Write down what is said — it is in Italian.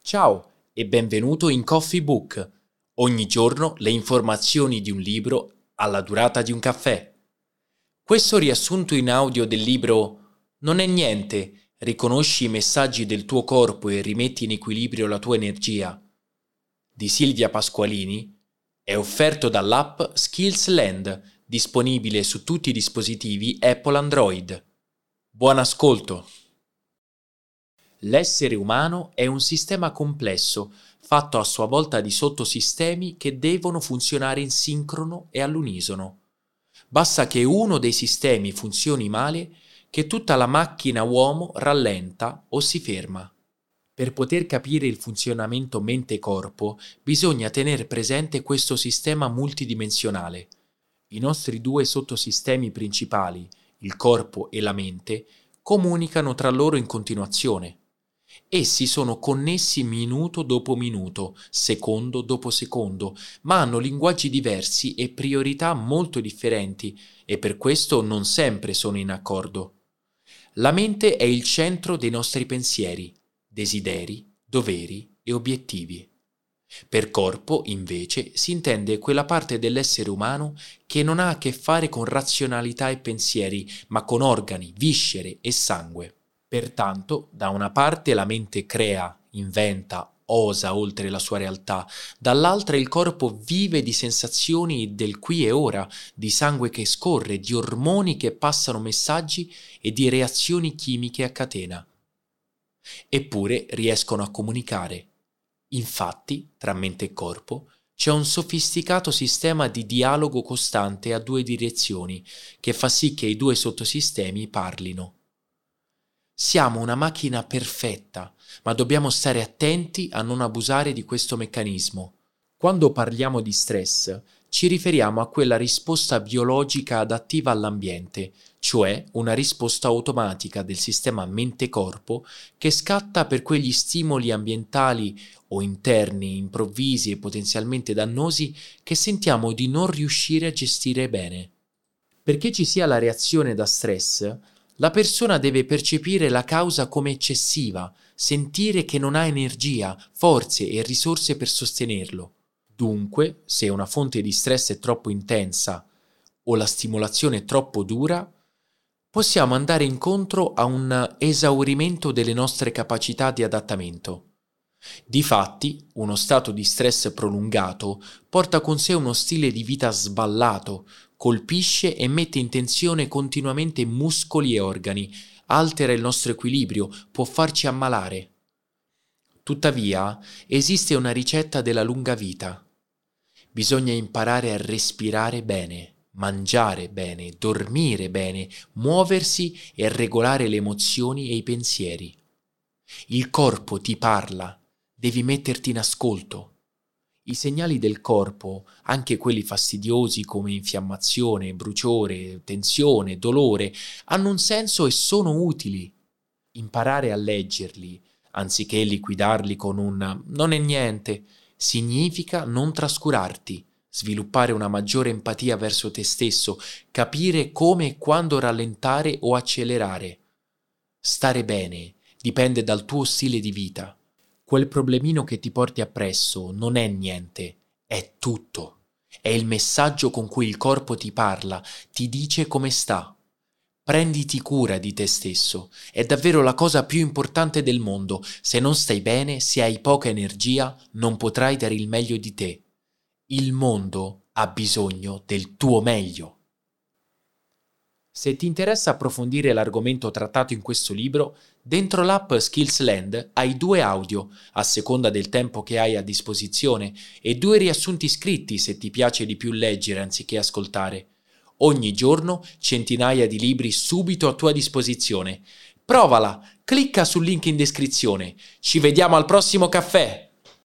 Ciao e benvenuto in Coffee Book. Ogni giorno le informazioni di un libro alla durata di un caffè. Questo riassunto in audio del libro Non è niente, riconosci i messaggi del tuo corpo e rimetti in equilibrio la tua energia, di Silvia Pasqualini, è offerto dall'app Skillsland, disponibile su tutti i dispositivi Apple Android. Buon ascolto! L'essere umano è un sistema complesso, fatto a sua volta di sottosistemi che devono funzionare in sincrono e all'unisono. Basta che uno dei sistemi funzioni male, che tutta la macchina uomo rallenta o si ferma. Per poter capire il funzionamento mente-corpo, bisogna tenere presente questo sistema multidimensionale. I nostri due sottosistemi principali, il corpo e la mente, comunicano tra loro in continuazione. Essi sono connessi minuto dopo minuto, secondo dopo secondo, ma hanno linguaggi diversi e priorità molto differenti e per questo non sempre sono in accordo. La mente è il centro dei nostri pensieri, desideri, doveri e obiettivi. Per corpo, invece, si intende quella parte dell'essere umano che non ha a che fare con razionalità e pensieri, ma con organi, viscere e sangue. Pertanto, da una parte la mente crea, inventa, osa oltre la sua realtà, dall'altra il corpo vive di sensazioni del qui e ora, di sangue che scorre, di ormoni che passano messaggi e di reazioni chimiche a catena. Eppure riescono a comunicare. Infatti, tra mente e corpo, c'è un sofisticato sistema di dialogo costante a due direzioni che fa sì che i due sottosistemi parlino. Siamo una macchina perfetta, ma dobbiamo stare attenti a non abusare di questo meccanismo. Quando parliamo di stress, ci riferiamo a quella risposta biologica adattiva all'ambiente, cioè una risposta automatica del sistema mente-corpo che scatta per quegli stimoli ambientali o interni, improvvisi e potenzialmente dannosi che sentiamo di non riuscire a gestire bene. Perché ci sia la reazione da stress, la persona deve percepire la causa come eccessiva, sentire che non ha energia, forze e risorse per sostenerlo. Dunque, se una fonte di stress è troppo intensa o la stimolazione è troppo dura, possiamo andare incontro a un esaurimento delle nostre capacità di adattamento. Difatti, uno stato di stress prolungato porta con sé uno stile di vita sballato, colpisce e mette in tensione continuamente muscoli e organi, altera il nostro equilibrio, può farci ammalare. Tuttavia, esiste una ricetta della lunga vita. Bisogna imparare a respirare bene, mangiare bene, dormire bene, muoversi e regolare le emozioni e i pensieri. Il corpo ti parla, devi metterti in ascolto. I segnali del corpo, anche quelli fastidiosi come infiammazione, bruciore, tensione, dolore, hanno un senso e sono utili. Imparare a leggerli, anziché liquidarli con un non è niente, significa non trascurarti, sviluppare una maggiore empatia verso te stesso, capire come e quando rallentare o accelerare. Stare bene dipende dal tuo stile di vita. Quel problemino che ti porti appresso non è niente, è tutto. È il messaggio con cui il corpo ti parla, ti dice come sta. Prenditi cura di te stesso, è davvero la cosa più importante del mondo. Se non stai bene, se hai poca energia, non potrai dare il meglio di te. Il mondo ha bisogno del tuo meglio. Se ti interessa approfondire l'argomento trattato in questo libro, dentro l'app Skillsland hai 2 audio, a seconda del tempo che hai a disposizione, e 2 riassunti scritti se ti piace di più leggere anziché ascoltare. Ogni giorno centinaia di libri subito a tua disposizione. Provala, clicca sul link in descrizione. Ci vediamo al prossimo caffè!